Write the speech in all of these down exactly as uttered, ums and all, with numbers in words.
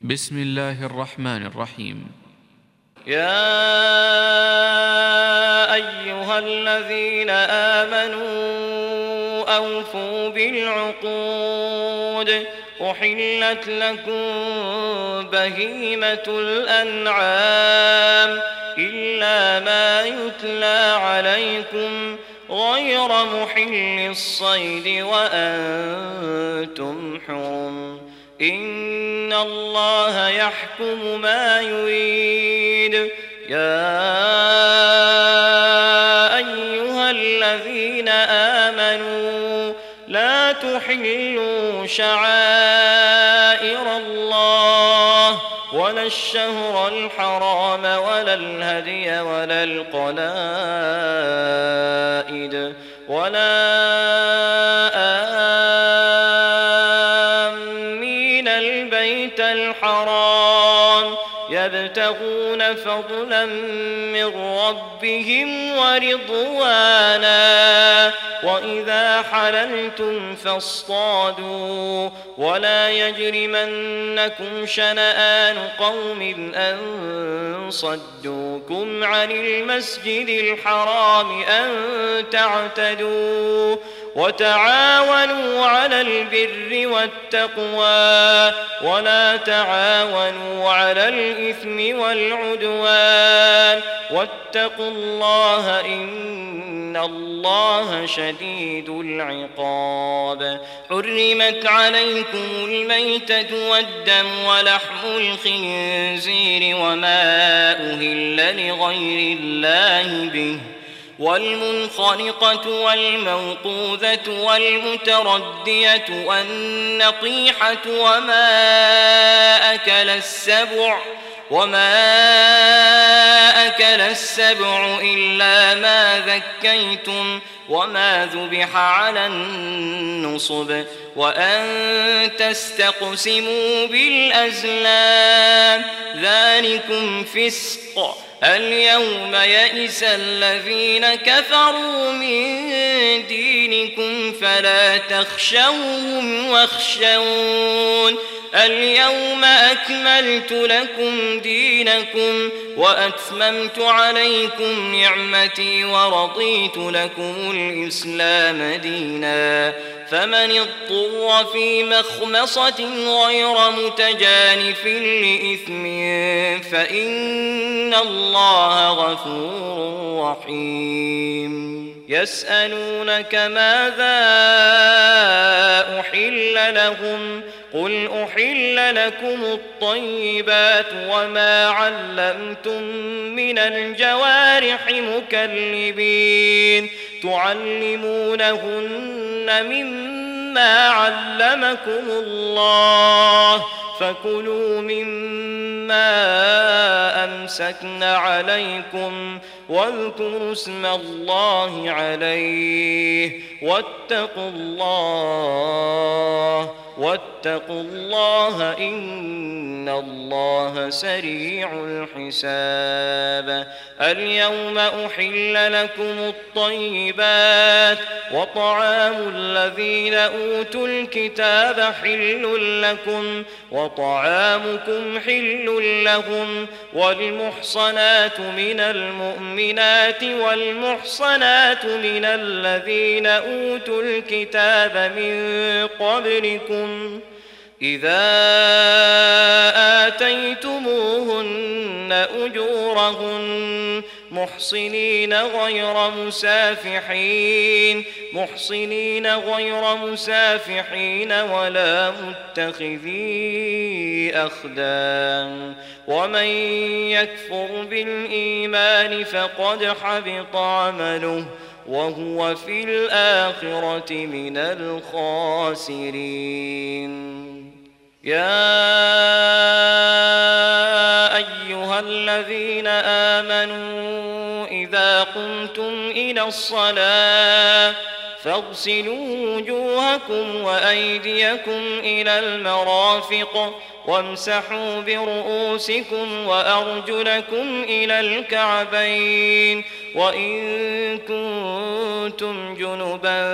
بسم الله الرحمن الرحيم. يا أيها الذين آمنوا أوفوا بالعقود أحلت لكم بهيمة الأنعام إلا ما يتلى عليكم غير محل الصيد وأنتم حرم إن الله يحكم ما يريد. يا أيها الذين آمنوا لا تحلوا شعائر الله ولا الشهر الحرام ولا الهدي ولا القلائد ولا آمين البيت الحرام يبتغون فضلا من ربهم ورضوانا وإذا حللتم فاصطادوا ولا يجرمنكم شنآن قوم أن صدوكم عن المسجد الحرام أن تعتدوا وتعاونوا على البر والتقوى ولا تعاونوا على الإثم والعدوان واتقوا الله إن الله شديد العقاب. حرمت عليكم الميتة والدم ولحم الخنزير وما أهل لغير الله به والمنخنقة والموقوذة والمتردية والنطيحة وما أكل السبع وما أكل السبع إلا ما ذكيتم وما ذبح على النصب وأن تستقسموا بالأزلام ذلكم فسق. اليوم يئس الذين كفروا من دينكم فلا تخشوهم واخشون اليوم أكملت لكم دينكم وأتممت عليكم نعمتي ورضيت لكم الإسلام دينا فمن اضطر في مخمصة غير متجانف لإثم فإن الله غفور رحيم. يسألونك ماذا أحل لهم قل أحل لكم الطيبات وما علمتم من الجوارح مكلبين تعلمونهن مما علمكم الله فكلوا مما أمسكن عليكم واذكروا اسم الله عليه واتقوا الله واتقوا الله إن الله سريع الحساب. اليوم أحل لكم الطيبات وطعام الذين أوتوا الكتاب حل لكم وطعامكم حل لهم والمحصنات من المؤمنات والمحصنات من الذين أوتوا الكتاب من قبلكم إذا آتيتموهن أجورهن محصنين غير مسافحين محصنين غير مسافحين ولا متخذي أخدان ومن يكفر بالإيمان فقد حبط عمله وهو في الآخرة من الخاسرين. يا أيها الذين آمنوا إذا قمتم إلى الصلاة فاغسلوا وجوهكم وأيديكم إلى المرافق وامسحوا برؤوسكم وأرجلكم إلى الكعبين وإن كنتم جنبا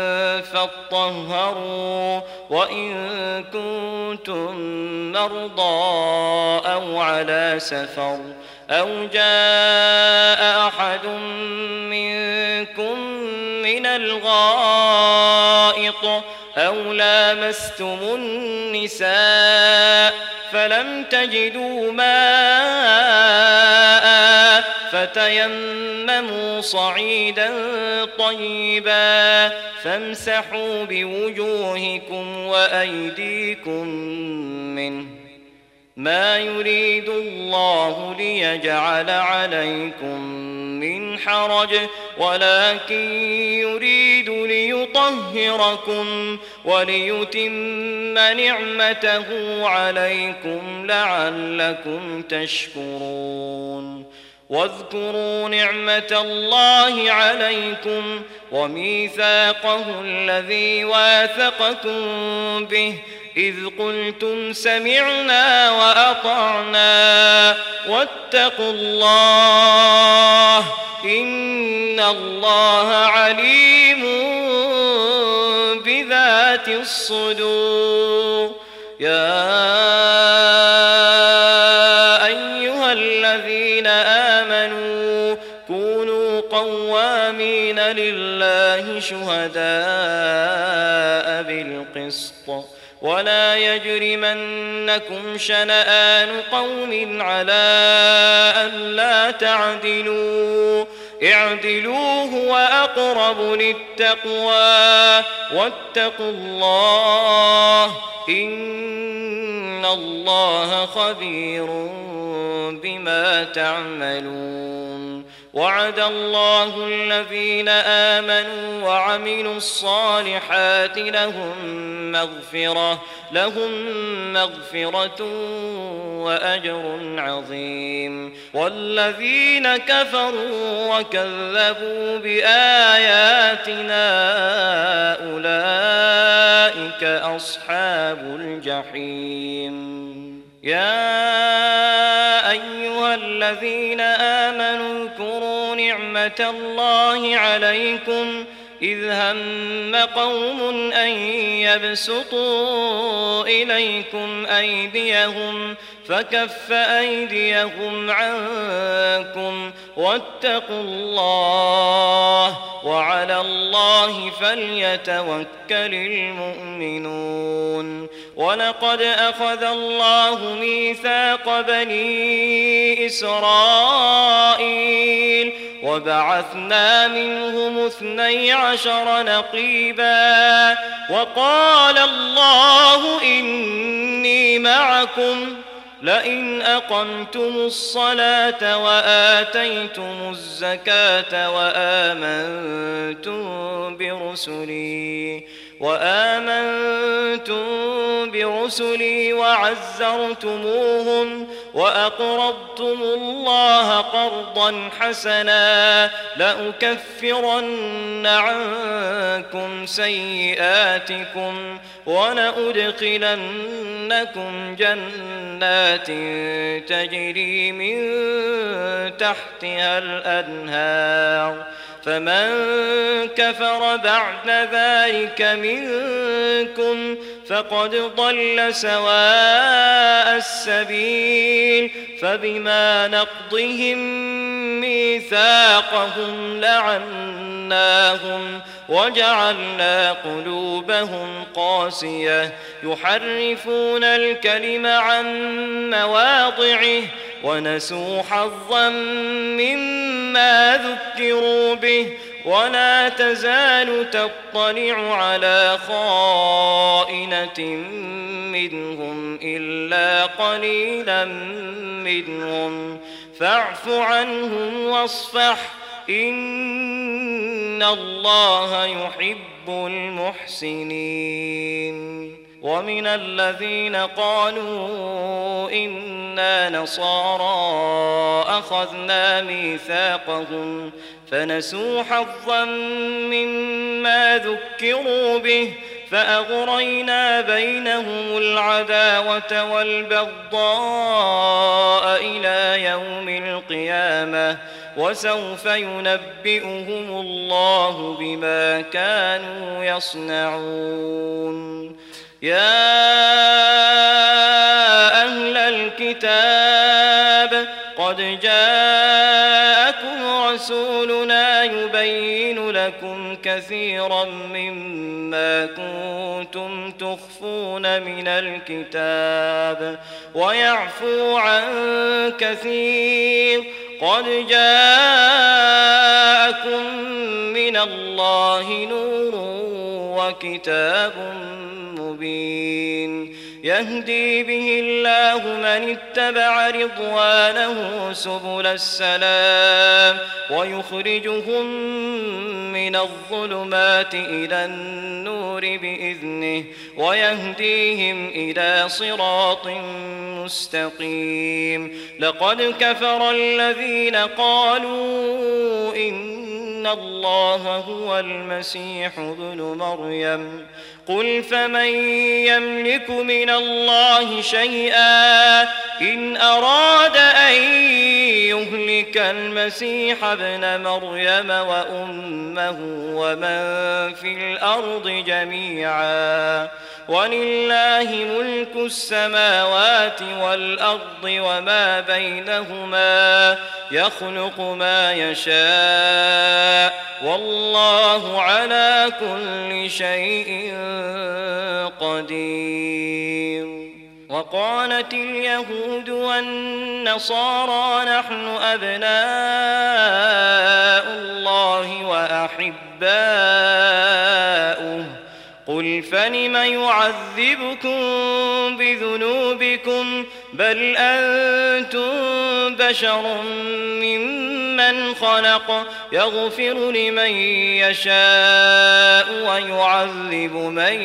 فاطهروا وإن كنتم مرضى على سفر أو جاء أحد منكم من الغائط أو لامستم النساء فلم تجدوا ماء فتيمموا صعيدا طيبا فامسحوا بوجوهكم وأيديكم منه ما يريد الله ليجعل عليكم من حرج ولكن يريد ليطهركم وليتم نعمته عليكم لعلكم تشكرون واذكروا نعمة الله عليكم وميثاقه الذي واثقكم به إذ قلتم سمعنا وأطعنا واتقوا الله إن الله عليم بذات الصدور يا أيها الذين آمنوا كونوا قوامين لله شهداء بالقسط ولا يجرمنكم شنآن قوم على ألا تعدلوا اعدلوا هو أقرب للتقوى واتقوا الله إن الله خبير بما تعملون وعد الله الذين آمنوا وعملوا الصالحات لهم مغفرة لهم مغفرة وأجر عظيم والذين كفروا وكذبوا بآياتنا أولئك أصحاب الجحيم يا أيها الذين آمنوا اذكروا نعمة الله عليكم إذ هم قوم أن يبسطوا إليكم أيديهم فكف أيديهم عنكم واتقوا الله وعلى الله فليتوكل المؤمنون ولقد أخذ الله ميثاق بني إسرائيل وبعثنا منهم اثني عشر نقيبا وقال الله إني معكم لئن أقمتم الصلاة وآتيتم الزكاة وآمنتم برسلي وآمنتم برسلي وعزرتموهم وأقرضتم الله قرضا حسنا لأكفرن عنكم سيئاتكم ولأدخلنكم جنات تجري من تحتها الأنهار فمن كفر بعد ذلك منكم فقد ضل سواء السبيل فبما نقضهم ميثاقهم لعناهم وجعلنا قلوبهم قاسية يحرفون الكلم عن مواضعه ونسوا حظا مما ذكروا به ولا تزال تطلع على خائنة منهم إلا قليلا منهم فاعف عنهم واصفح إن الله يحب المحسنين ومن الذين قالوا إنا نصارى أخذنا ميثاقهم فنسوا حظا مما ذكروا به فأغرينا بينهم العداوة والبغضاء إلى يوم القيامة وسوف ينبئهم الله بما كانوا يصنعون يا أهل الكتاب قد جاءكم رسولنا يبين لكم كثيرا مما كنتم تخفون من الكتاب ويعفو عن كثير قد جاءكم من الله نور وكتاب مبين يهدي به الله من اتبع رضوانه سبل السلام ويخرجهم من الظلمات إلى النور بإذنه ويهديهم إلى صراط مستقيم لقد كفر الذين قالوا إن الله هو المسيح ابن مريم قل فمن يملك من الله شيئا إن أراد أن يهلك المسيح ابن مريم وأمه ومن في الأرض جميعا ولله ملك السماوات والأرض وما بينهما يخلق ما يشاء والله على كل شيء قدير وقالت اليهود والنصارى نحن أبناء الله وأحباؤه قل فلم يعذبكم بذنوبكم بل أنتم بشر ممن خلق يغفر لمن يشاء ويعذب من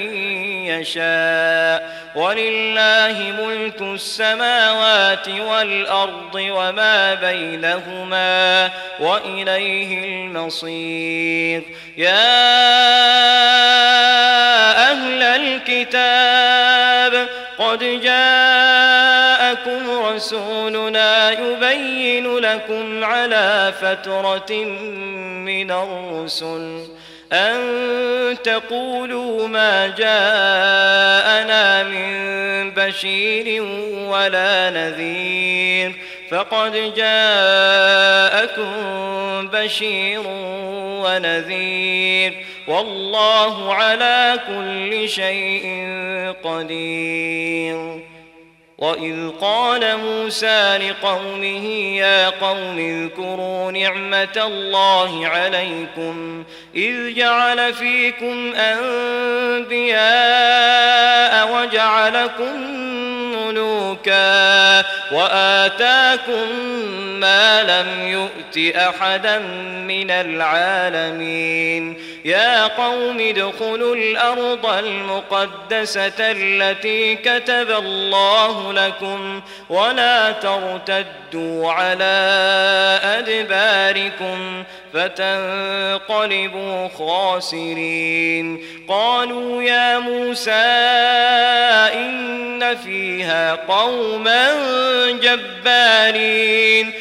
يشاء ولله ملك السماوات والأرض وما بينهما وإليه المصير يا أهل الكتاب قد جاءكم رسولنا يبين لكم على فترة من الرسل أن تقولوا ما جاءنا من بشير ولا نذير فقد جاءكم بشير ونذير والله على كل شيء قدير وإذ قال موسى لقومه يا قوم اذكروا نعمة الله عليكم إذ جعل فيكم أنبياء وجعلكم ملوكا وآتاكم ما لم يؤت أحدا من العالمين يا قوم ادخلوا الأرض المقدسة التي كتب الله لكم ولا ترتدوا على أدباركم فتنقلبوا خاسرين قالوا يا موسى إن فيها قوما جبارين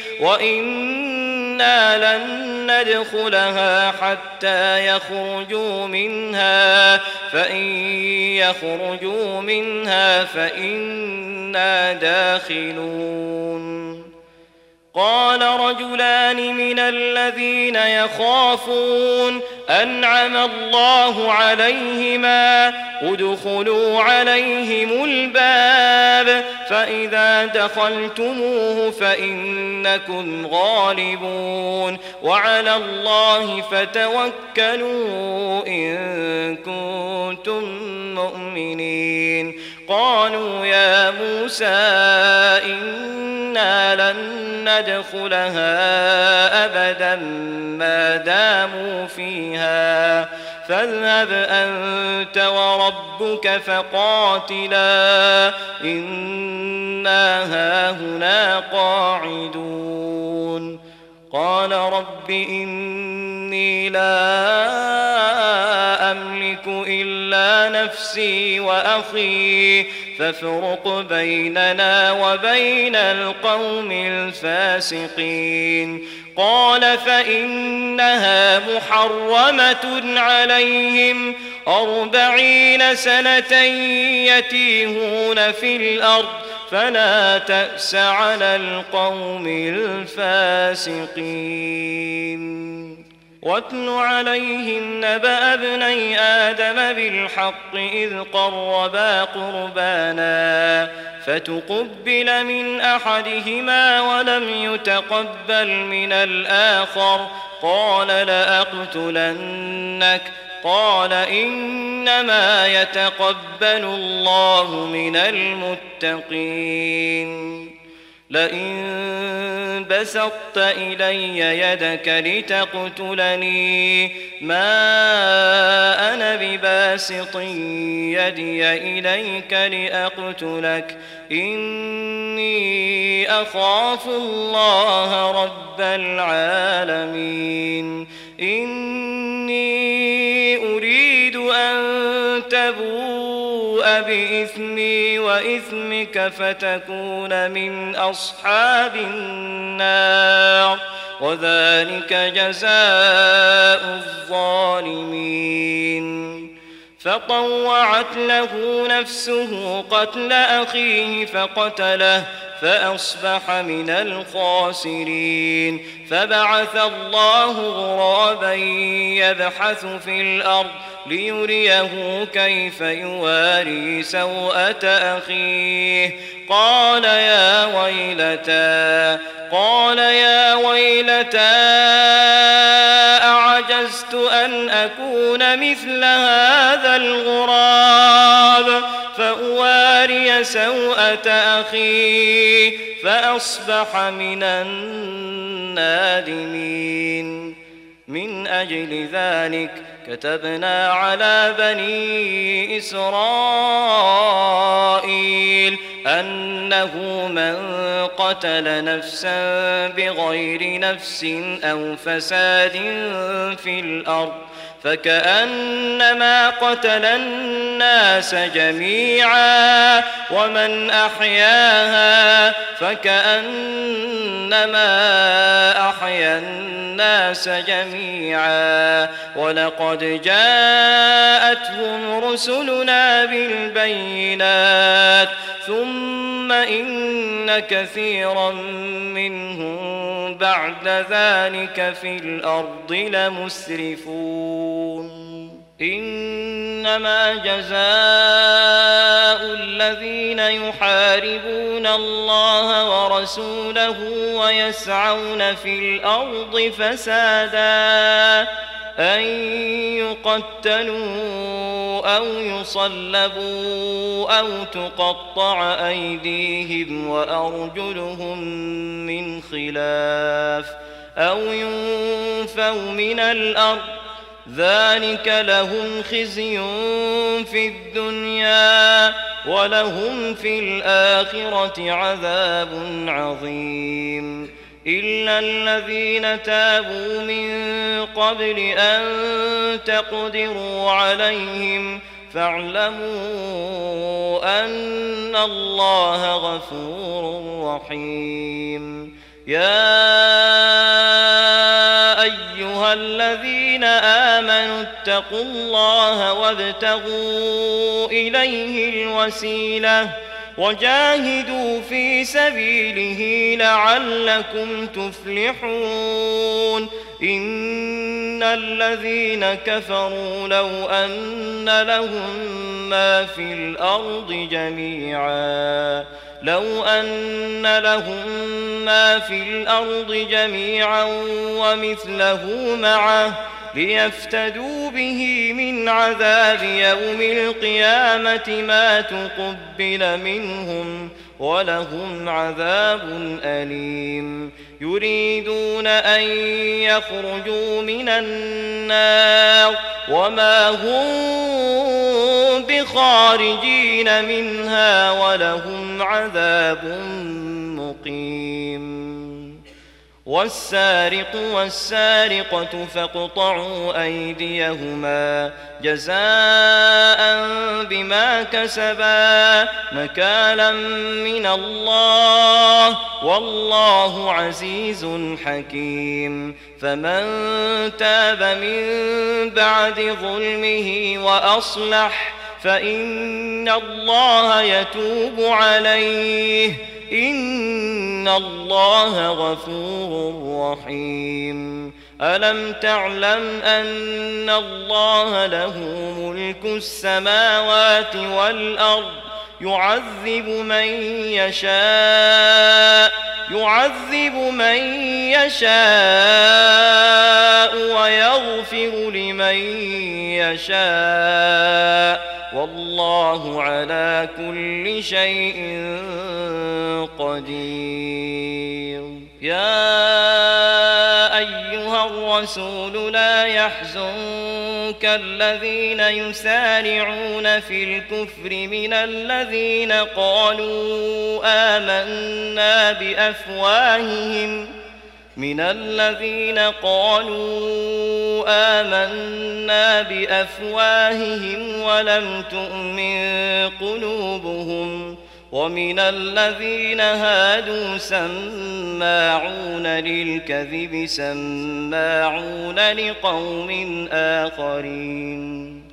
وإنا لن ندخلها حتى يخرجوا منها فإن يخرجوا منها فإنا داخلون قال رجلان من الذين يخافون أنعم الله عليهما ادخلوا عليهم الباب فإذا دخلتموه فإنكم غالبون وعلى الله فتوكلوا إن كنتم مؤمنين قالوا يا موسى إنا لن ندخلها أبدا ما داموا فيها فاذهب أنت وربك فقاتلا إنا هاهنا قاعدون قال رب إني لا أملك إلا نفسي وأخي فافرق بيننا وبين القوم الفاسقين قال فإنها محرمة عليهم أربعين سنة يتيهون في الأرض فلا تأس على القوم الفاسقين. واتل عليهم نبأ ابني آدم بالحق إذ قربا قربانا فتقبل من أحدهما ولم يتقبل من الآخر قال لأقتلنك قال إنما يتقبل الله من المتقين. لئن بسطت إلي يدك لتقتلني ما أنا بباسط يدي إليك لأقتلك إني أخاف الله رب العالمين. إني أريد أن تبوء بإثمي وإثمك فتكون من أصحاب النار وذلك جزاء الظالمين. فطوعت له نفسه قتل أخيه فقتله فأصبح من الخاسرين. فبعث الله غرابا يبحث في الأرض ليريه كيف يواري سوءة أخيه قال يا ويلتى قال يا ويلتى أعجزت أن أكون مثل هذا الغراب فأواري سوءة أخي فأصبح من النادمين. من أجل ذلك كتبنا على بني إسرائيل أنه من قتل نفسا بغير نفس أو فساد في الأرض فكأنما قتل الناس جميعا ومن أحياها فكأنما أحيا الناس جميعا. ولقد جاءتهم رسلنا بالبينات ثم إن كثيرا منهم بعد ذلك في الأرض لمسرفون. إنما جزاء الذين يحاربون الله ورسوله ويسعون في الأرض فسادا أن يقتلوا أو يصلبوا أو تقطع أيديهم وأرجلهم من خلاف أو ينفوا من الأرض ذلك لهم خزي في الدنيا ولهم في الآخرة عذاب عظيم. إلا الذين تابوا من قبل أن تقدروا عليهم فاعلموا أن الله غفور رحيم. يا أيها الذين آمنوا اتقوا الله وابتغوا إليه الوسيلة وجاهدوا في سبيله لعلكم تفلحون. إن الذين كفروا لو أن لهم ما في الأرض جميعا لو أن لهم ما في الأرض جميعا ومثله معه ليفتدوا به من عذاب يوم القيامة ما تقبل منهم ولهم عذاب أليم. يريدون أن يخرجوا من النار وما هم بخارجين منها ولهم عذاب مقيم. والسارق والسارقة فاقطعوا أيديهما جزاء بما كسبا نكالا من الله والله عزيز حكيم. فمن تاب من بعد ظلمه وأصلح فإن الله يتوب عليه إن الله غفور رحيم. ألم تعلم أن الله له ملك السماوات والأرض يعذب من يشاء يعذب من يشاء ويغفر لمن يشاء والله على كل شيء قدير. يا أيها الرسول لا يحزنك الذين يسارعون في الكفر من الذين قالوا آمنا بأفواههم من الذين قالوا آمنا بأفواههم ولم تؤمن قلوبهم ومن الذين هادوا سماعون للكذب سماعون لقوم آخرين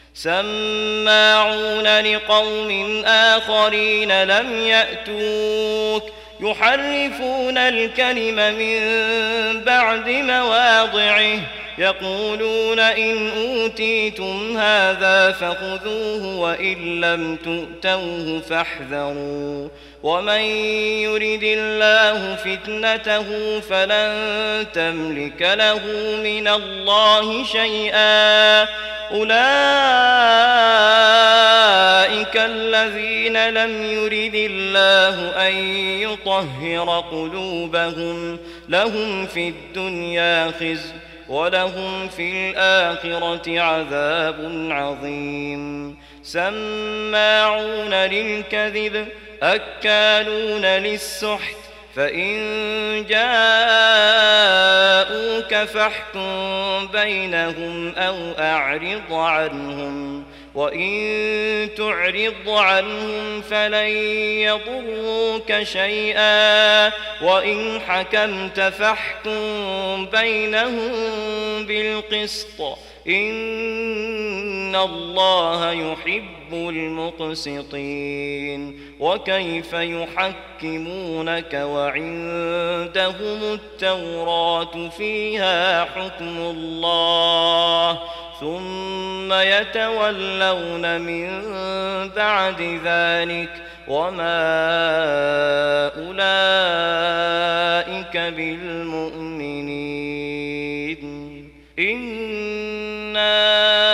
سماعون لقوم آخرين لم يأتوك يحرفون الكلم من بعد مواضعه يقولون إن أوتيتم هذا فخذوه وإن لم تؤتوه فاحذروا ومن يرد الله فتنته فلن تملك له من الله شيئا أولئك الذين لم يرد الله أن يطهر قلوبهم لهم في الدنيا خزي ولهم في الآخرة عذاب عظيم. سماعون للكذب أكالون للسحت فإن جاءوك فاحكم بينهم أو أعرض عنهم وإن تعرض عنهم فلن يضروك شيئا وإن حكمت فاحكم بينهم بالقسط إن الله يحب المقسطين. وكيف يحكمونك وعندهم التوراة فيها حكم الله ثم يتولون من بعد ذلك وما أولئك بالمؤمنين. إنا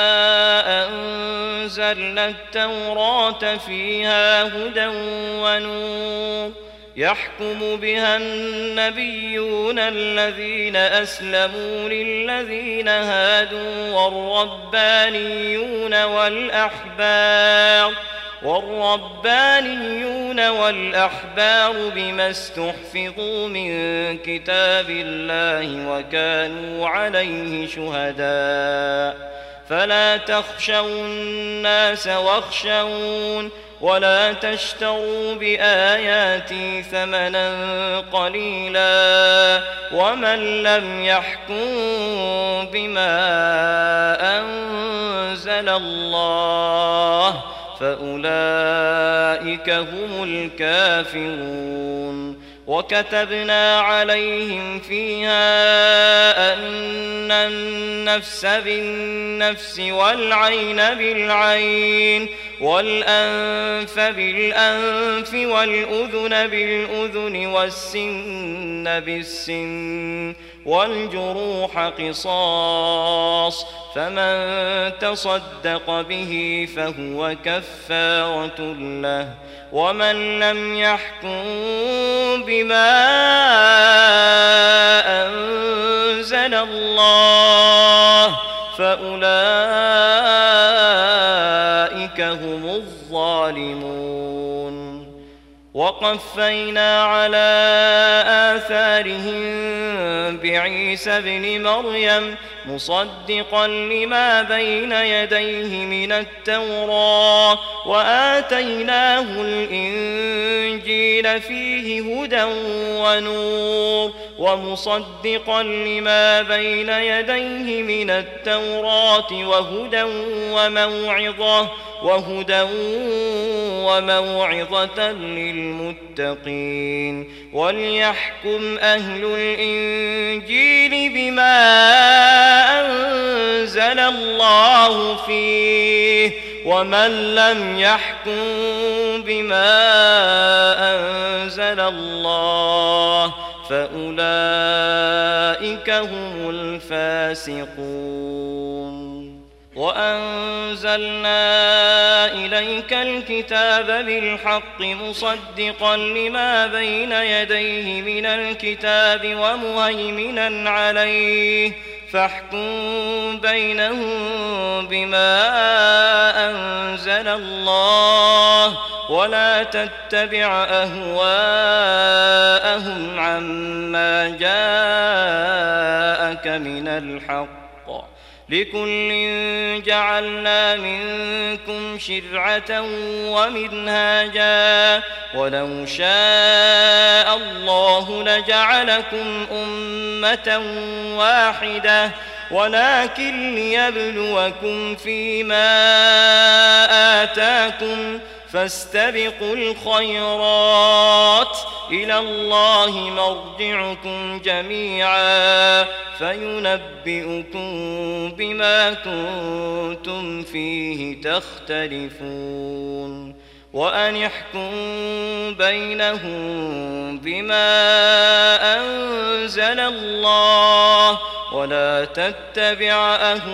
أنزلنا التوراة فيها هدى ونور يحكم بها النبيون الذين أسلموا للذين هادوا والربانيون والأحبار والربانيون والأحبار بما استحفظوا من كتاب الله وكانوا عليه شهداء فلا تخشوا الناس واخشون ولا تشتروا بآياتي ثمنا قليلا ومن لم يحكم بما أنزل الله فأولئك هم الكافرون. وكتبنا عليهم فيها أن النفس بالنفس والعين بالعين والأنف بالأنف والأذن بالأذن والسن بالسن والجروح قصاص فمن تصدق به فهو كفارة له ومن لم يحكم بما أنزل الله فأولئك هم الظالمون. وقفينا على آثارهم بعيسى ابن مريم مصدقا لما بين يديه من التوراة وآتيناه الإنجيل فيه هدى ونور ومصدقا لما بين يديه من التوراة وهدى وموعظة وهدى وموعظة للمتقين وليحكم أهل الإنجيل بما أنزل الله فيه ومن لم يحكم بما أنزل الله فأولئك هم الفاسقون. وأنزلنا إليك الكتاب بالحق مصدقا لما بين يديه من الكتاب ومهيمنا عليه فاحكم بينهم بما أنزل الله ولا تتبع أهواءهم عما جاءك من الحق لكل جعلنا منكم شرعة ومنهاجا ولو شاء الله لجعلكم أمة واحدة ولكن ليبلوكم فيما آتاكم فاستبقوا الخيرات إلى الله مرجعكم جميعا فينبئكم بما كنتم فيه تختلفون. وأن احكم بينهم بما أنزل الله ولا تتبع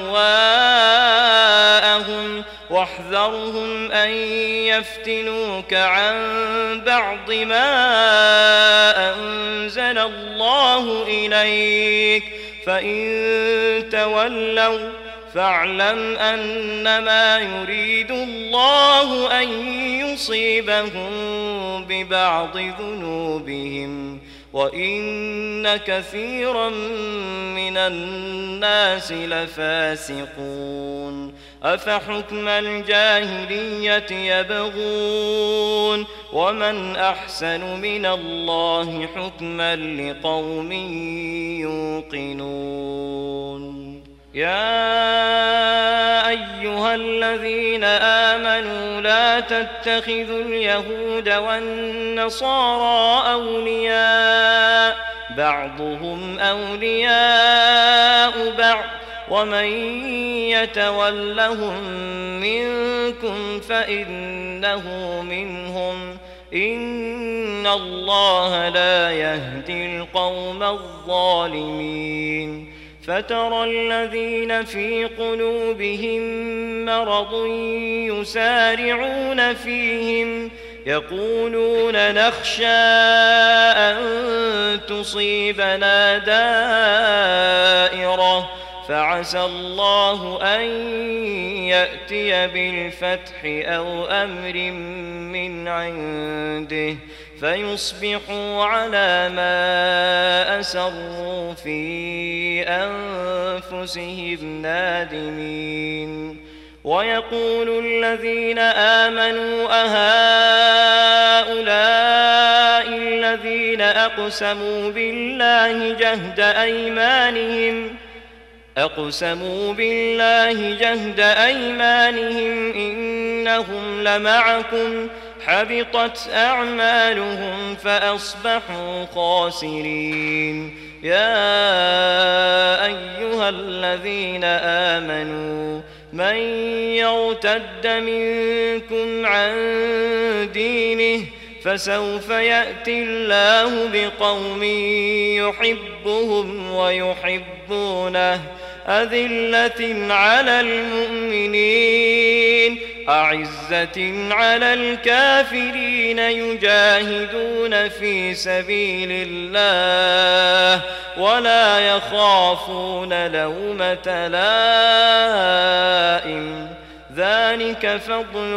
أهواءهم واحذرهم أن يفتنوك عن بعض ما أنزل الله إليك فإن تولوا فاعلم أنما يريد الله أن يصيبهم ببعض ذنوبهم وإن كثيرا من الناس لفاسقون. أفحكم الجاهلية يبغون ومن أحسن من الله حكما لقوم يوقنون. يا أيها الذين آمنوا لا تتخذوا اليهود والنصارى أولياء بعضهم أولياء بعض ومن يتولهم منكم فإنه منهم إن الله لا يهدي القوم الظالمين. فترى الذين في قلوبهم مرض يسارعون فيهم يقولون نخشى أن تصيبنا دائرة فعسى الله أن يأتي بالفتح أو أمر من عنده فيصبحوا على ما أسروا في أنفسهم نادمين. ويقول الذين آمنوا أهؤلاء الذين أقسموا بالله جهد أيمانهم أقسموا بالله جهد أيمانهم إنهم لمعكم حبطت أعمالهم فأصبحوا خاسرين. يا أيها الذين آمنوا من يرتد منكم عن دينه فسوف يأتي الله بقوم يحبهم ويحبونه أذلة على المؤمنين أعزة على الكافرين يجاهدون في سبيل الله ولا يخافون لومة لائم ذلك فضل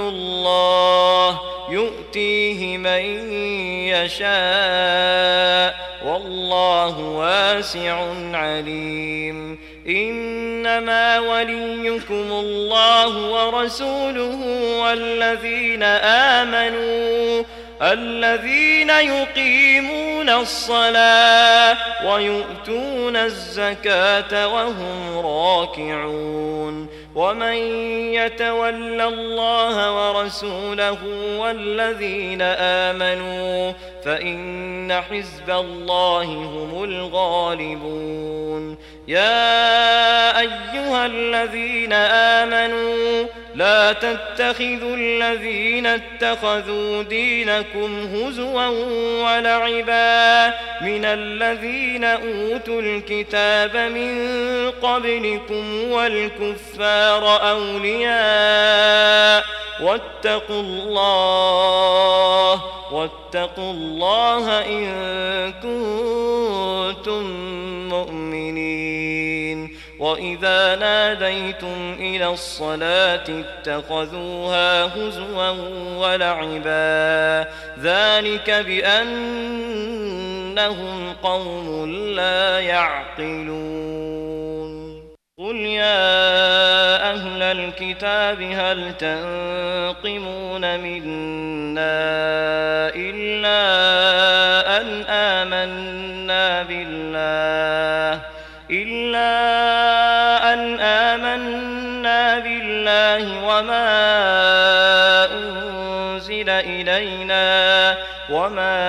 الله يؤتيه من يشاء والله واسع عليم إنما وليكم الله ورسوله والذين آمنوا الذين يقيمون الصلاة ويؤتون الزكاة وهم راكعون ومن يتول الله ورسوله والذين آمنوا فإن حزب الله هم الغالبون يا أيها الذين آمنوا لا تتخذوا الذين اتخذوا دينكم هزوا ولعبا من الذين أوتوا الكتاب من قبلكم والكفار أولياء واتقوا الله واتقوا الله إن كنتم مؤمنين وإذا ناديتم إلى الصلاة اتخذوها هزوا ولعبا ذلك بأنهم قوم لا يعقلون قل يا أهل الكتاب هل تنقمون منا إلا أن آمنا بالله إلا أن آمنا بالله وما أنزل إلينا وما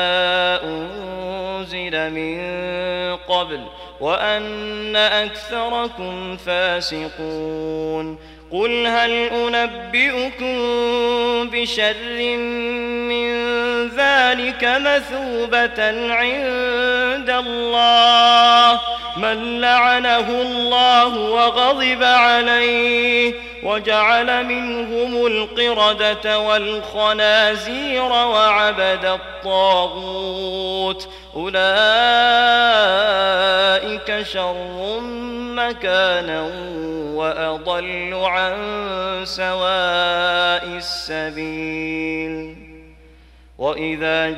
أنزل من قبل وأن أكثركم فاسقون قل هل أنبئكم بشر من ذلك مثوبة عند الله من لعنه الله وغضب عليه وجعل منهم القردة والخنازير وعبد الطاغوت أولئك شر مكانا وأضل عن سواء السبيل وإذا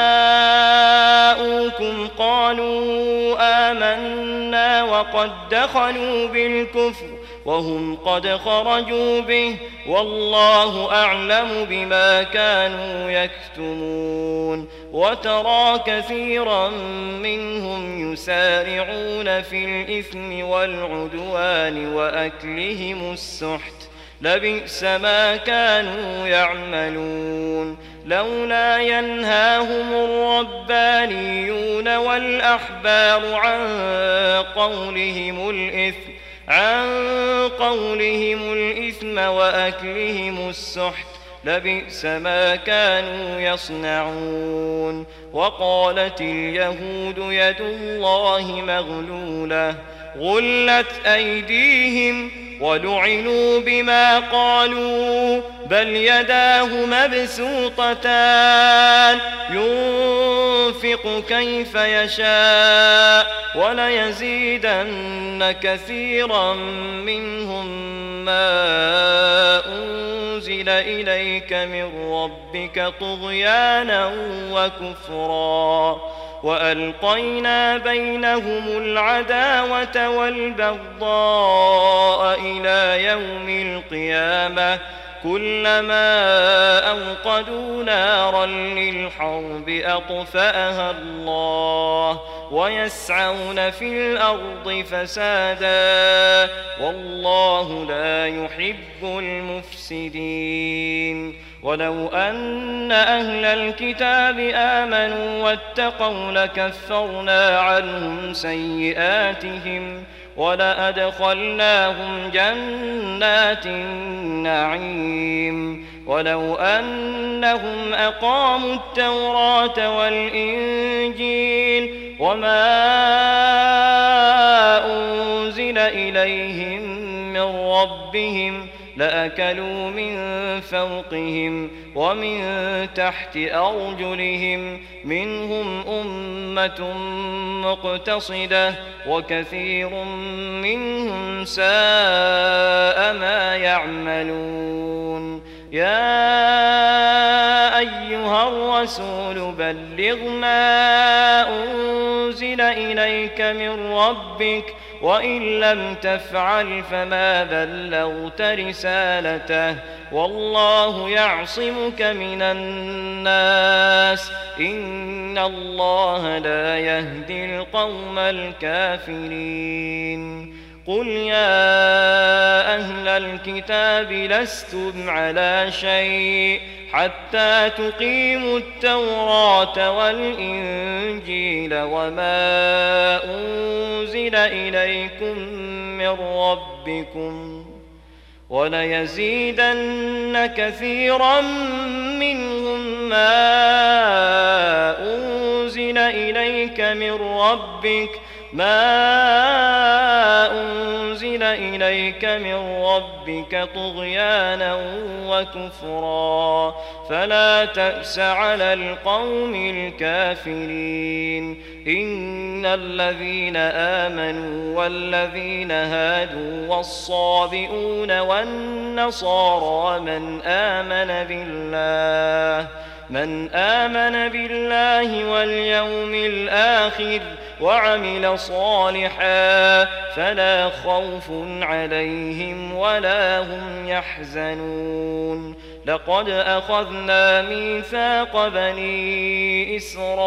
جاءوكم قالوا آمنا وقد دخلوا بالكفر وهم قد خرجوا به والله أعلم بما كانوا يكتمون وترى كثيرا منهم يسارعون في الإثم والعدوان وأكلهم السحت لبئس ما كانوا يعملون لولا ينهاهم الربانيون والأحبار عن قولهم الإثم عن قولهم الإثم وأكلهم السحت لبئس ما كانوا يصنعون وقالت اليهود يد الله مغلولة غلت أيديهم ولعنوا بما قالوا بل يداه مبسوطتان ينفق كيف يشاء وليزيدن كثيرا منهم ما أنزل إليك من ربك طغيانا وكفرا وألقينا بينهم العداوة والبغضاء إلى يوم القيامة كلما أوقدوا نارا للحرب أطفأها الله ويسعون في الأرض فسادا والله لا يحب المفسدين ولو أن أهل الكتاب آمنوا واتقوا لكفرنا عنهم سيئاتهم ولأدخلناهم جنات النعيم ولو أنهم أقاموا التوراة والإنجيل وما أنزل إليهم من ربهم لأكلوا من فوقهم ومن تحت أرجلهم منهم أمة مقتصدة وكثير منهم ساء ما يعملون يا أيها الرسول بلغ ما أنزل أنزل إليك من ربك وإن لم تفعل فما بلغت رسالته والله يعصمك من الناس إن الله لا يهدي القوم الكافرين قل يا أهل الكتاب لستم على شيء حتى تقيموا التوراة والإنجيل وما أنزل إليكم من ربكم وليزيدن كثيرا منهم ما أنزل إليك من ربك ما أنزل إليك من ربك طغيانا وكفرا فلا تأس على القوم الكافرين إن الذين آمنوا والذين هادوا والصابئون والنصارى من آمن بالله من آمن بالله واليوم الآخر وعمل صالحا فلا خوف عليهم ولا هم يحزنون لقد أخذنا ميثاق بني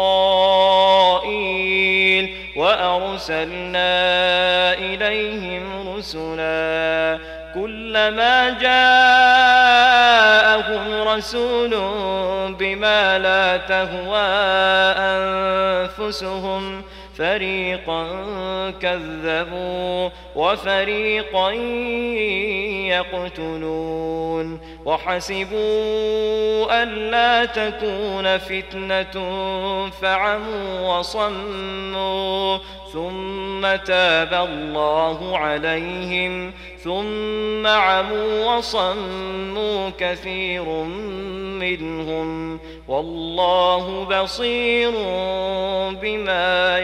إسرائيل وأرسلنا إليهم رسلا كلما جاءهم رسول بما لا تهوى أنفسهم فريقا كذبوا وفريقا يقتلون وحسبوا ألا تكون فتنة فعموا وصموا ثم تاب الله عليهم ثم عموا وصموا كثير منهم والله بصير بما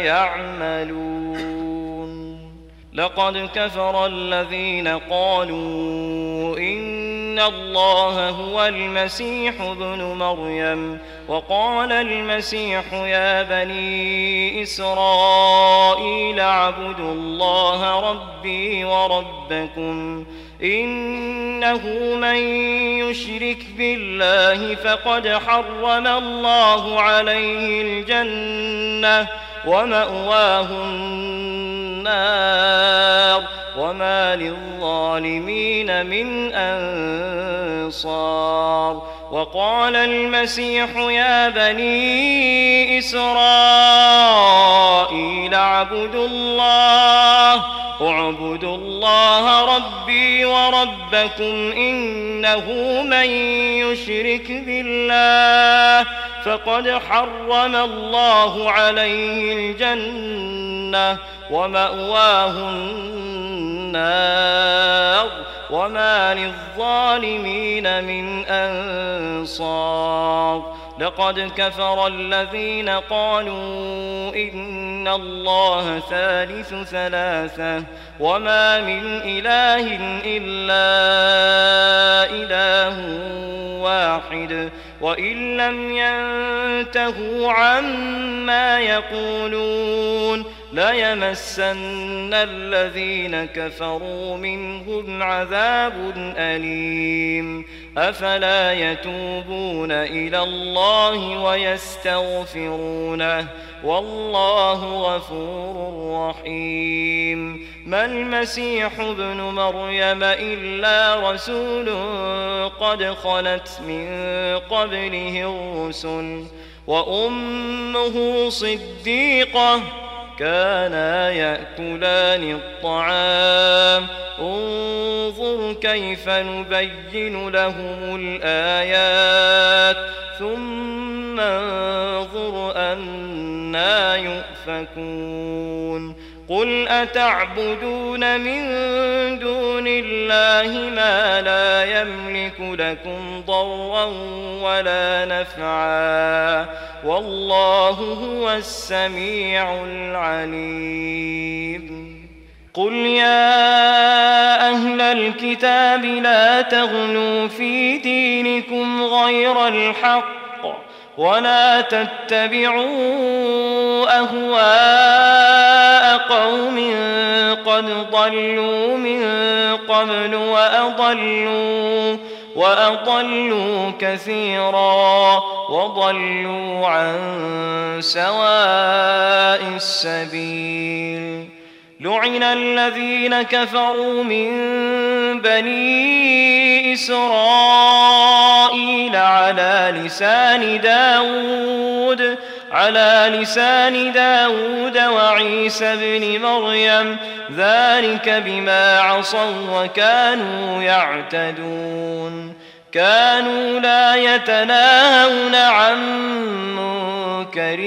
يعملون لقد كفر الذين قالوا إن الله هو المسيح ابن مريم وقال المسيح يا بني إسرائيل اعبدوا الله ربي وربكم إنه من يشرك بالله فقد حرم الله عليه الجنة ومأواه النار وما للظالمين من أنصار وقال المسيح يا بني إسرائيل اعبدوا الله اعبدوا الله ربي وربكم إنه من يشرك بالله فقد حرم الله عليه الجنة ومأواه النار وما للظالمين من أنصار لقد كفر الذين قالوا إن الله ثالث ثلاثة وما من إله إلا إله واحد وإن لم ينتهوا عما يقولون ليمسن الذين كفروا منهم عذاب أليم أفلا يتوبون إلى الله ويستغفرونه والله غفور رحيم ما المسيح ابن مريم إلا رسول قد خلت من قبله الرسل وأمه صديقة كانا يأكلان الطعام انظر كيف نبين لهم الآيات ثم انظر أنا يؤفكون قل أتعبدون من دون الله ما لا يملك لكم ضرا ولا نفعا والله هو السميع العليم قل يا أهل الكتاب لا تغلوا في دينكم غير الحق ولا تتبعوا أهواء قد ضلوا من قبل وأضلوا, وأضلوا كثيرا وضلوا عن سواء السبيل. لعن الذين كفروا من بني إسرائيل على لسان داود على لسان داود وعيسى بن مريم ذلك بما عصوا وكانوا يعتدون. كانوا لا يتناهون عن منكر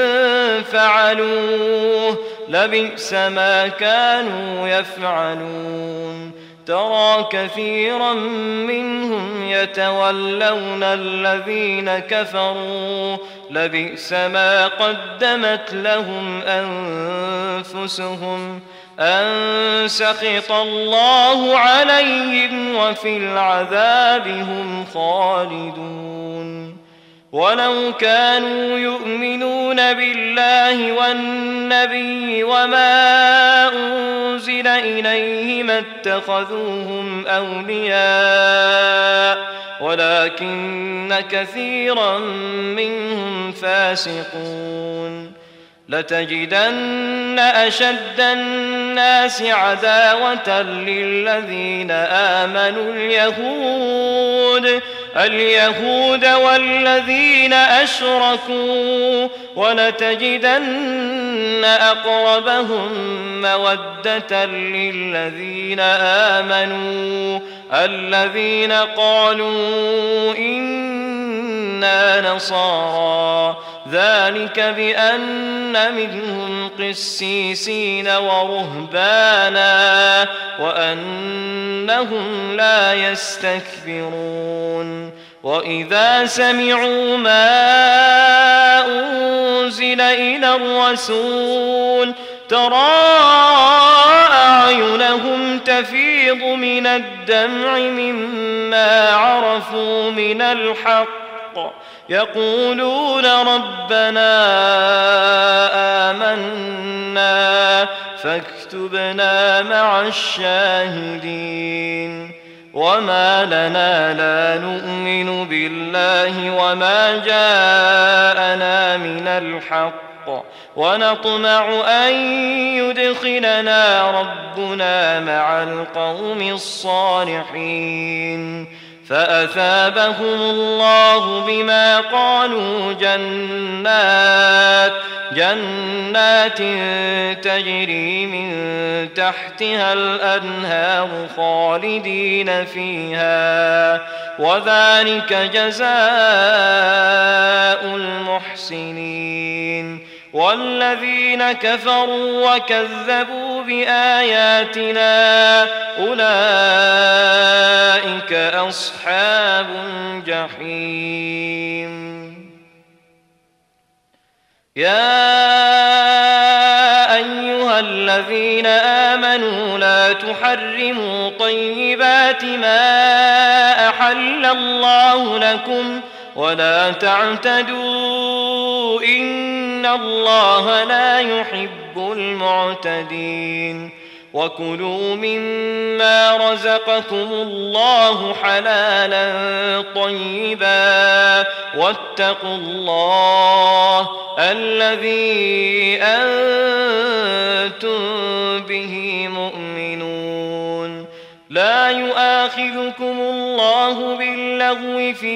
فعلوه لبئس ما كانوا يفعلون. ترى كثيرا منهم يتولون الذين كفروا لبئس ما قدمت لهم أنفسهم أن سخط الله عليهم وفي العذاب هم خالدون. ولو كانوا يؤمنون بالله والنبي وما أنزل إليه ما اتخذوهم أولياء ولكن كثيرا منهم فاسقون. لتجدن أشد الناس عداوة للذين آمنوا اليهود اليهود والذين أشركوا ولتجدن أقربهم مودة للذين آمنوا الذين قالوا إنا نصارى ذلك بأن منهم قسيسين ورهبانا وأنهم لا يستكبرون. وإذا سمعوا ما أنزل إلى الرسول ترى أعينهم تفيض من الدمع مما عرفوا من الحق يقولون ربنا آمنا فاكتبنا مع الشاهدين. وما لنا لا نؤمن بالله وما جاءنا من الحق ونطمع أن يدخلنا ربنا مع القوم الصالحين. فأثابهم الله بما قالوا جنات جنات تجري من تحتها الأنهار خالدين فيها وذلك جزاء المحسنين. والذين كفروا وكذبوا بآياتنا أولئك أصحاب الجحيم. يا أيها الذين آمنوا لا تحرموا طيبات ما أحل الله لكم ولا تعتدوا إن الله لا يحب المعتدين. وكلوا مما رزقكم الله حلالا طيبا واتقوا الله الذي أنتم به مؤمنون. لا يؤاخذكم الله باللغو في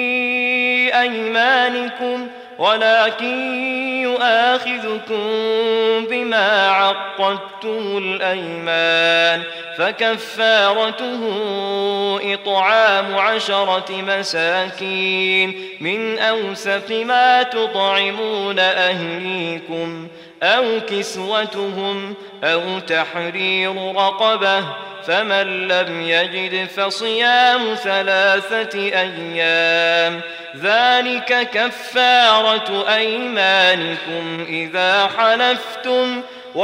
أيمانكم ولكن يؤاخذكم بما عقدتم الأيمان فكفارته إطعام عشرة مساكين من أوسط ما تطعمون أهليكم أو كسوتهم أو تحرير رقبة فمن لم يجد فصيام ثلاثة أيام ذلك كفارة أيمانكم إذا حلفتم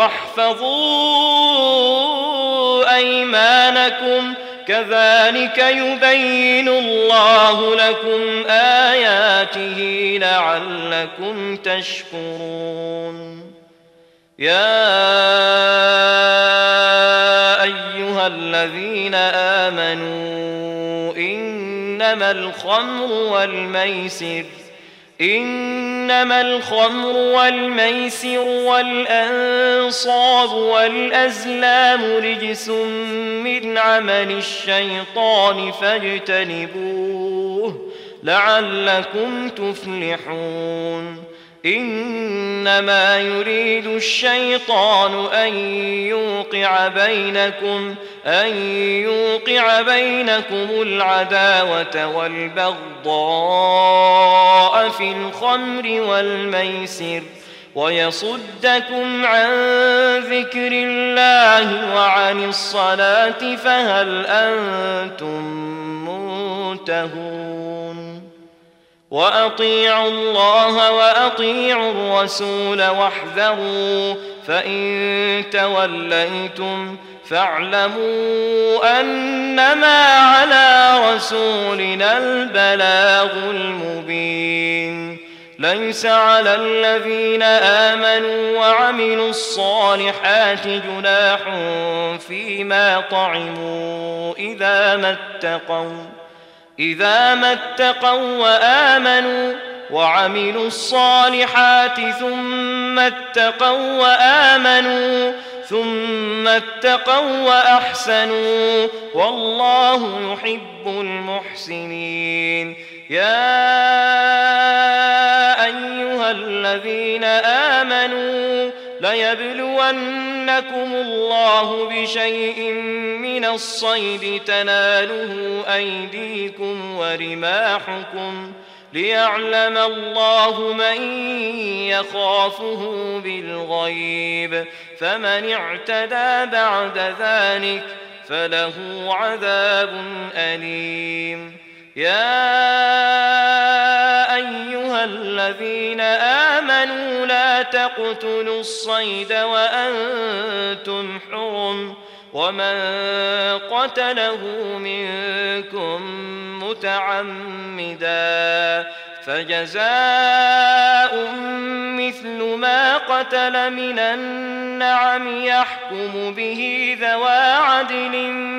واحفظوا أيمانكم كذلك يبين الله لكم آياته لعلكم تشكرون. يا الذين آمنوا إنما الخمر والميسر إنما الخمر والميسر والأنصاب والأزلام رجس من عمل الشيطان فاجتنبوه لعلكم تفلحون إنما يريد الشيطان أن يوقع بينكم أن يوقع بينكم العداوة والبغضاء في الخمر والميسر ويصدكم عن ذكر الله وعن الصلاة فهل أنتم منتهون وأطيعوا الله وأطيعوا الرسول واحذروا فإن توليتم فاعلموا أنما على رسولنا البلاغ المبين ليس على الذين آمنوا وعملوا الصالحات جناح فيما طعموا إذا ما اتقوا إذا ما اتقوا وآمنوا وعملوا الصالحات ثم اتقوا وآمنوا ثم اتقوا وأحسنوا والله يحب المحسنين يا أيها الذين آمنوا ليبلونكم الله بشيء من الصيد تناله أيديكم ورماحكم ليعلم الله من يخافه بالغيب فمن اعتدى بعد ذلك فله عذاب أليم يا أيها الذين آمنوا لا تقتلوا الصيد وأنتم حرم ومن قتله منكم متعمدا فجزاء مثل ما قتل من النعم يحكم به ذوى عدل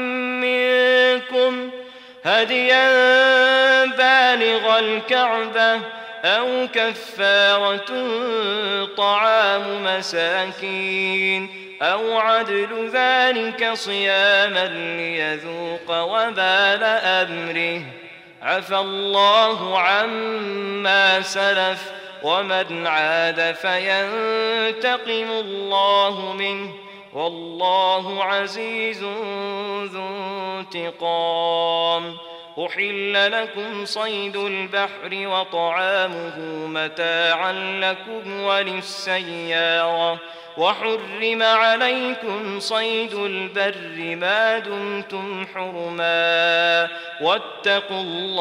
منكم هديا بالغ الكعبة أو كفارة طعام مساكين أو عدل ذلك صياما ليذوق وبال أمره عفى الله عما سلف ومن عاد فينتقم الله منه والله عزيز ذو انتقام أحل لكم صيد البحر وطعامه متاعا لكم وللسيارة وحرم عليكم صيد البر ما دمتم حرما واتقوا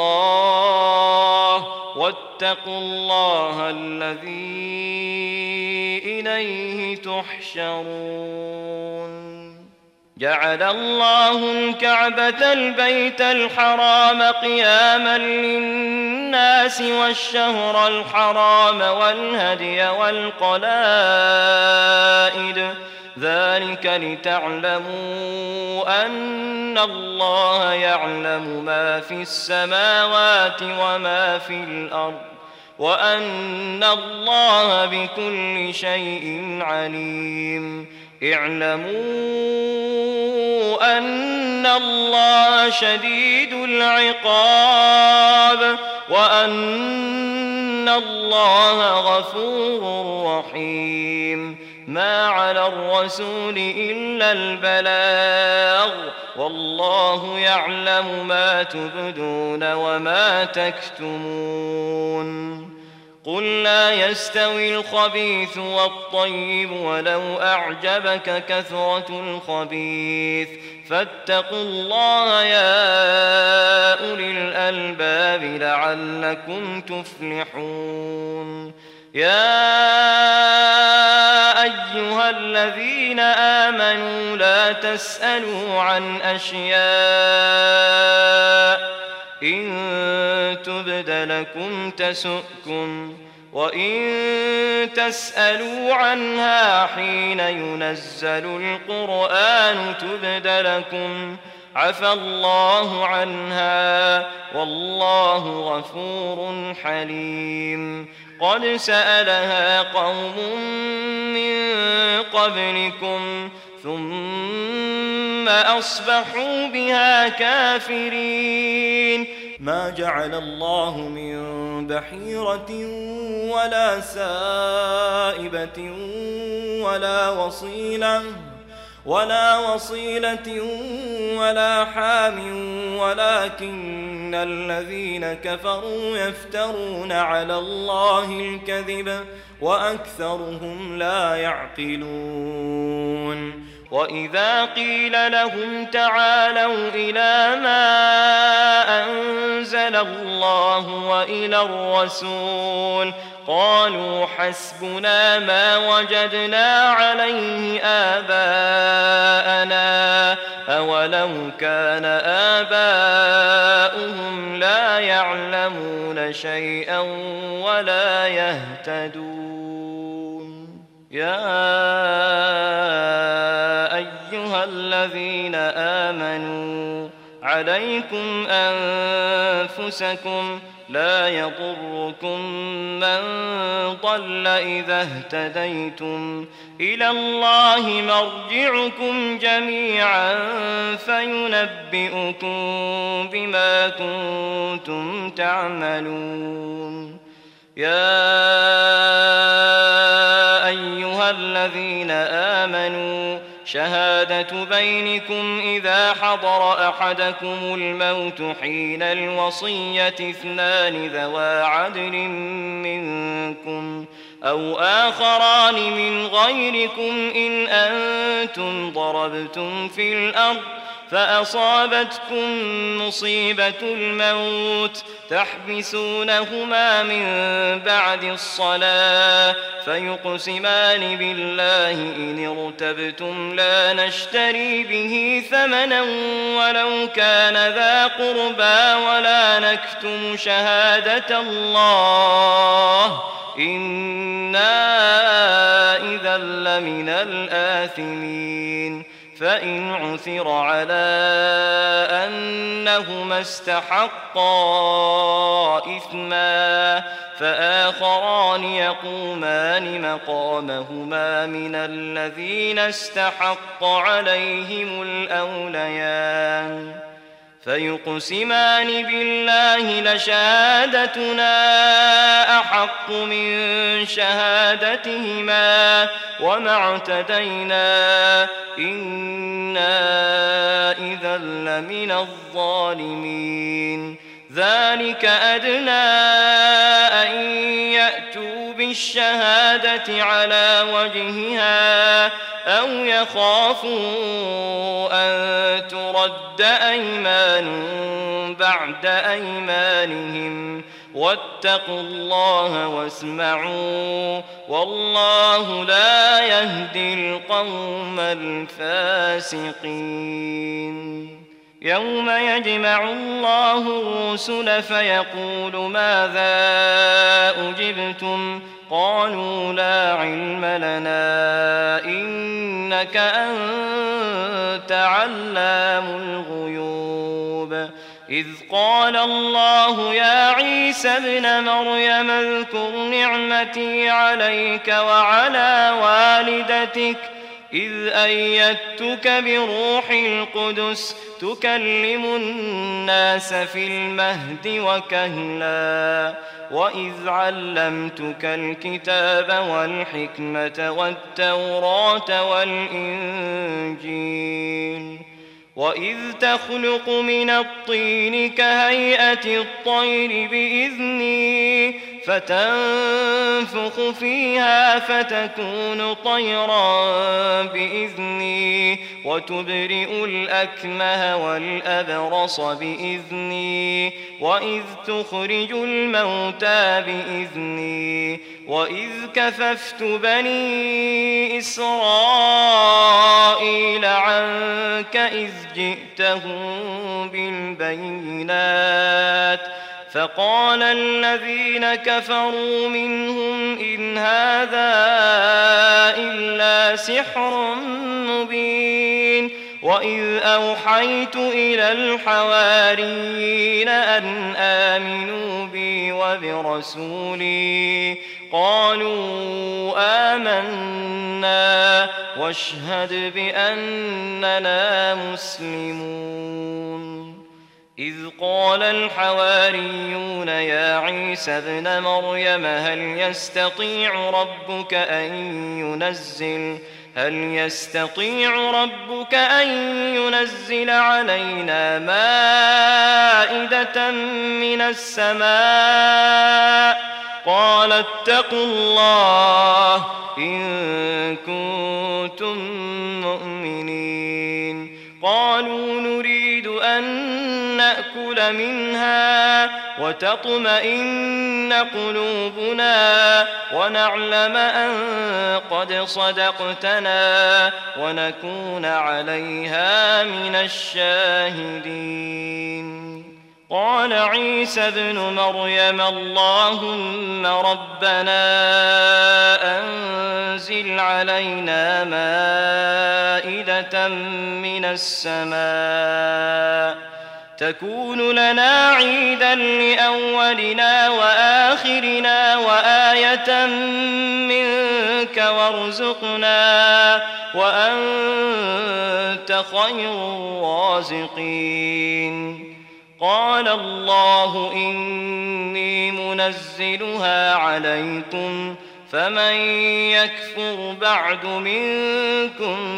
الله واتقوا الله الذي إليه تحشرون جعل الله الكعبة البيت الحرام قياما للناس والشهر الحرام والهدي والقلائد ذلك لتعلموا أن الله يعلم ما في السماوات وما في الأرض وأن الله بكل شيء عليم اعلموا أن الله شديد العقاب وأن الله غفور رحيم ما على الرسول إلا البلاغ والله يعلم ما تبدون وما تكتمون قل لا يستوي الخبيث والطيب ولو أعجبك كثرة الخبيث فاتقوا الله يا أولي الألباب لعلكم تفلحون يا أيها الذين آمنوا لا تسألوا عن أشياء إن تبد لكم تسؤكم وإن تسألوا عنها حين ينزل القرآن تبد لكم عفى الله عنها والله غفور حليم. قد سألها قوم من قبلكم ثم أصبحوا بها كافرين. ما جعل الله من بحيرة ولا سائبة ولا وصيلة ولا وصيلة ولا حام ولكن الذين كفروا يفترون على الله الكذب وأكثرهم لا يعقلون. وإذا قيل لهم تعالوا إلى ما أنزل الله وإلى الرسول قالوا حسبنا ما وجدنا عليه آباءنا أولو كان آباؤهم لا يعلمون شيئا ولا يهتدون. يا أيها الذين آمنوا عليكم أنفسكم لا يضركم من ضل إذا اهتديتم إلى الله مرجعكم جميعا فينبئكم بما كنتم تعملون. يا أيها الذين آمنوا شهادة بينكم إذا حضر أحدكم الموت حين الوصية اثنان ذوى عدل منكم أو آخران من غيركم إن أنتم ضربتم في الأرض فأصابتكم مصيبة الموت تحبسونهما من بعد الصلاة فيقسمان بالله إن ارتبتم لا نشتري به ثمنا ولو كان ذا قربى ولا نكتم شهادة الله إنا إذا لمن الآثمين. فإن عثر على أنهما استحقا إثما فآخران يقومان مقامهما من الذين استحق عليهم الأوليان فيقسمان بالله لشهادتنا أحق من شهادتهما وما اعتدينا إنا إذا لمن الظالمين. ذلك أدنى أن يأتوا بالشهادة على وجهها أو يخافوا أن ترد أيمان بعد أيمانهم واتقوا الله واسمعوا والله لا يهدي القوم الفاسقين. يوم يجمع الله الرسل فيقول ماذا أجبتم قالوا لا علم لنا إنك أنت علام الغيوب. إذ قال الله يا عيسى ابن مريم اذكر نعمتي عليك وعلى والدتك إذ أيدتك بروح القدس تكلم الناس في المهد وكهلا وإذ علمتك الكتاب والحكمة والتوراة والإنجيل وإذ تخلق من الطين كهيئة الطير بإذني فتنفخ فيها فتكون طيرا بإذني وتبرئ الأكمه والأبرص بإذني وإذ تخرج الموتى بإذني وإذ كففت بني إسرائيل عنك إذ جئتهم بالبينات فقال الذين كفروا منهم إن هذا إلا سحر مبين وإذ أوحيت إلى الحواريين أن آمنوا بي وبرسولي قالوا آمنا واشهد بأننا مسلمون إذ قال الحواريون يا عيسى ابن مريم هل يستطيع ربك أن ينزل هل يستطيع ربك أن ينزل علينا مائدة من السماء قال اتقوا الله إن كنتم مؤمنين قالوا نريد أن نأكل منها وتطمئن قلوبنا ونعلم أن قد صدقتنا ونكون عليها من الشاهدين قال عيسى ابن مريم اللهم ربنا أنزل علينا مائدة من السماء تكون لنا عيدا لأولنا وآخرنا وآية منك وارزقنا وأنت خير الرازقين قال الله إني منزلها عليكم فمن يكفر بعد منكم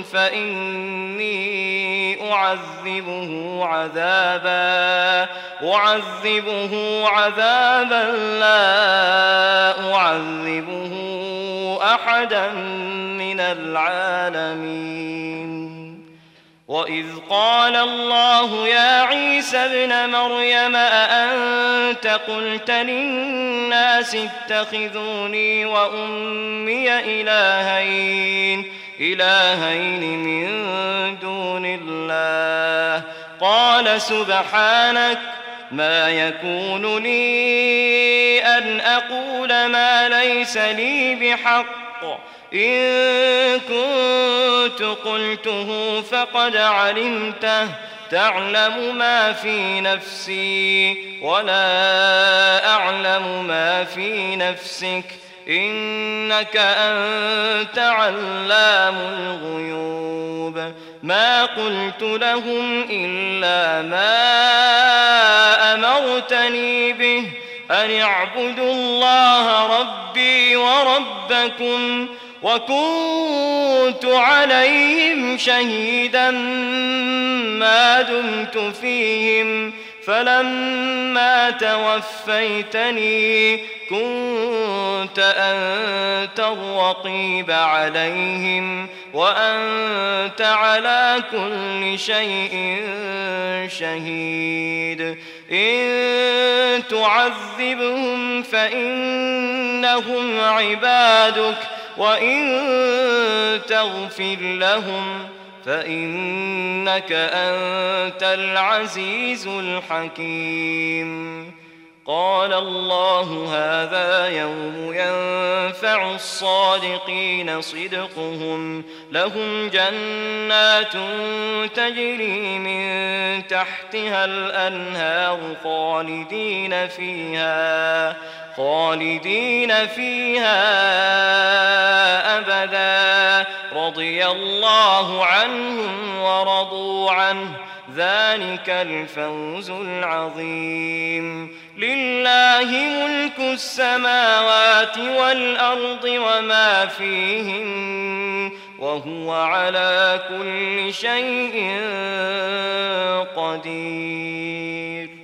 فإني أعذبه عذابا أعذبه عذابا لا أعذبه أحدا من العالمين وإذ قال الله يا عيسى ابن مريم أأنت قلت للناس اتخذوني وأمي إلهين إلهين من دون الله قال سبحانك ما يكون لي أن أقول ما ليس لي بحق إن كنت قلته فقد علمته تعلم ما في نفسي ولا أعلم ما في نفسك إنك أنت علام الغيوب ما قلت لهم إلا ما أمرتني به أن اعبدوا الله ربي وربكم وكنت عليهم شهيدا ما دمت فيهم فلما توفيتني كنت أنت الرقيب عليهم وأنت على كل شيء شهيد إن تعذبهم فإنهم عبادك وإن تغفر لهم فإنك أنت العزيز الحكيم قال الله هذا يوم ينفع الصادقين صدقهم لهم جنات تجري من تحتها الأنهار خالدين فيها خالدين فيها أبدا رضي الله عنهم ورضوا عنه ذلك الفوز العظيم لله ملك السماوات والأرض وما فيهن وهو على كل شيء قدير